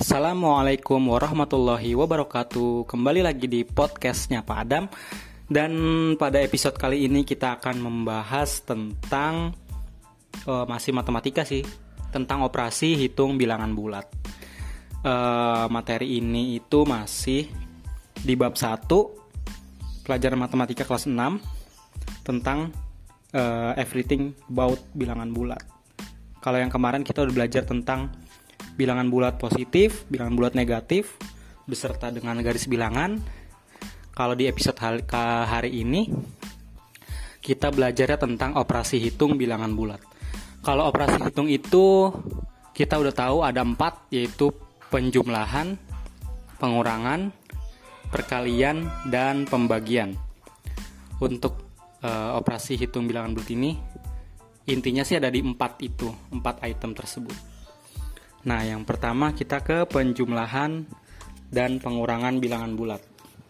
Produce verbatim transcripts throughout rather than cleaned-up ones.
Assalamualaikum warahmatullahi wabarakatuh. Kembali lagi di podcastnya Pak Adam. Dan pada episode kali ini kita akan membahas tentang uh, Masih matematika sih, tentang operasi hitung bilangan bulat. uh, Materi ini itu masih di bab satu pelajaran matematika kelas enam, tentang uh, everything about bilangan bulat. Kalau yang kemarin kita udah belajar tentang bilangan bulat positif, bilangan bulat negatif, beserta dengan garis bilangan. Kalau di episode hari ini kita belajarnya tentang operasi hitung bilangan bulat. Kalau operasi hitung itu kita udah tahu ada empat, yaitu penjumlahan, pengurangan, perkalian, dan pembagian. Untuk uh, operasi hitung bilangan bulat ini intinya sih ada di empat itu, empat item tersebut. Nah, yang pertama kita ke penjumlahan dan pengurangan bilangan bulat.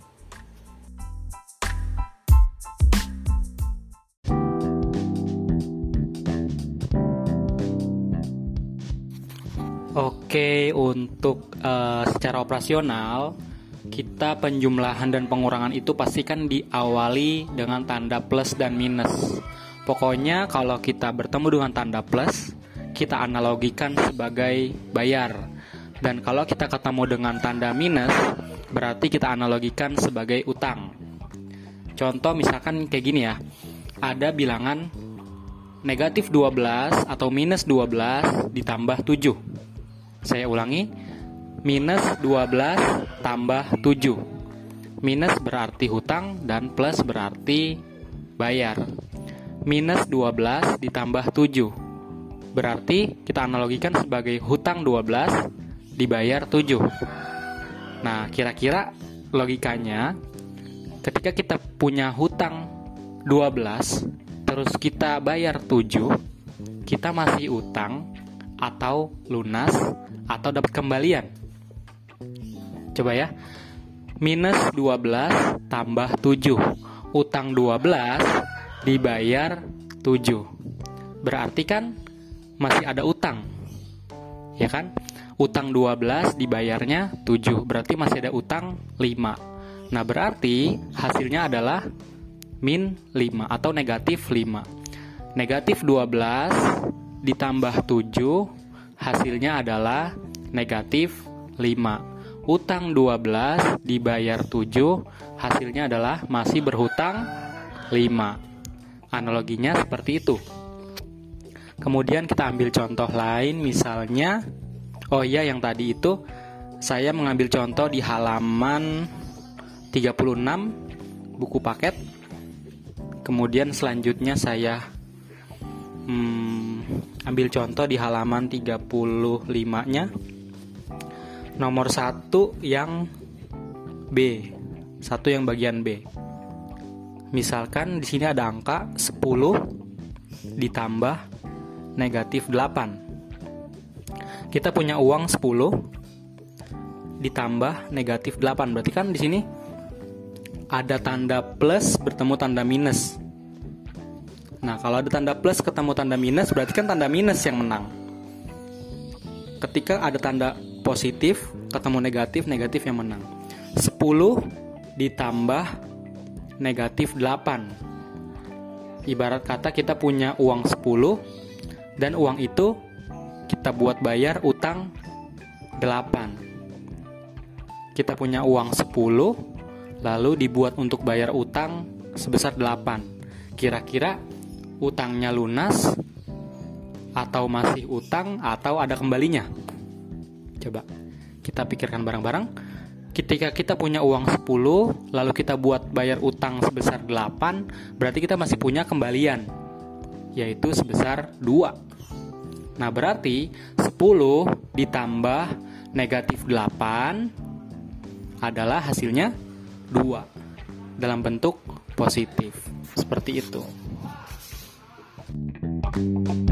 Oke, untuk uh, secara operasional, kita penjumlahan dan pengurangan itu pastikan diawali dengan tanda plus dan minus. Pokoknya kalau kita bertemu dengan tanda plus, kita analogikan sebagai bayar. Dan kalau kita ketemu dengan tanda minus, berarti kita analogikan sebagai utang. Contoh misalkan kayak gini ya, ada bilangan negatif dua belas atau minus dua belas ditambah tujuh. Saya ulangi, minus dua belas tambah tujuh. Minus berarti hutang dan plus berarti bayar. Minus dua belas ditambah tujuh, berarti kita analogikan sebagai hutang dua belas dibayar tujuh. Nah, kira-kira logikanya, ketika kita punya hutang dua belas terus kita bayar tujuh, kita masih utang atau lunas atau dapat kembalian? Coba ya, minus dua belas tambah tujuh, utang dua belas dibayar tujuh, berarti kan masih ada utang, ya kan? Utang dua belas dibayarnya tujuh, berarti masih ada utang lima. Nah, berarti hasilnya adalah min lima atau negatif lima. Negatif dua belas ditambah tujuh, hasilnya adalah negatif lima. Utang dua belas dibayar tujuh, hasilnya adalah masih berhutang lima. Analoginya seperti itu. Kemudian kita ambil contoh lain, misalnya, oh iya yang tadi itu saya mengambil contoh di halaman tiga puluh enam buku paket. Kemudian selanjutnya saya hmm, ambil contoh di halaman tiga puluh lima-nya. Nomor satu yang B, satu yang bagian B. Misalkan di sini ada angka sepuluh ditambah negatif delapan. Kita punya uang sepuluh ditambah negatif delapan. Berarti kan di sini ada tanda plus bertemu tanda minus. Nah, kalau ada tanda plus ketemu tanda minus, berarti kan tanda minus yang menang. Ketika ada tanda positif ketemu negatif, negatif yang menang. sepuluh ditambah negatif delapan. Ibarat kata kita punya uang sepuluh dan uang itu kita buat bayar utang delapan. Kita punya uang sepuluh lalu dibuat untuk bayar utang sebesar delapan. Kira-kira utangnya lunas atau masih utang atau ada kembalinya? Coba kita pikirkan bareng-bareng. Ketika kita punya uang sepuluh lalu kita buat bayar utang sebesar delapan, berarti kita masih punya kembalian, yaitu sebesar dua. Nah, berarti sepuluh ditambah negatif delapan adalah hasilnya dua dalam bentuk positif. Seperti itu.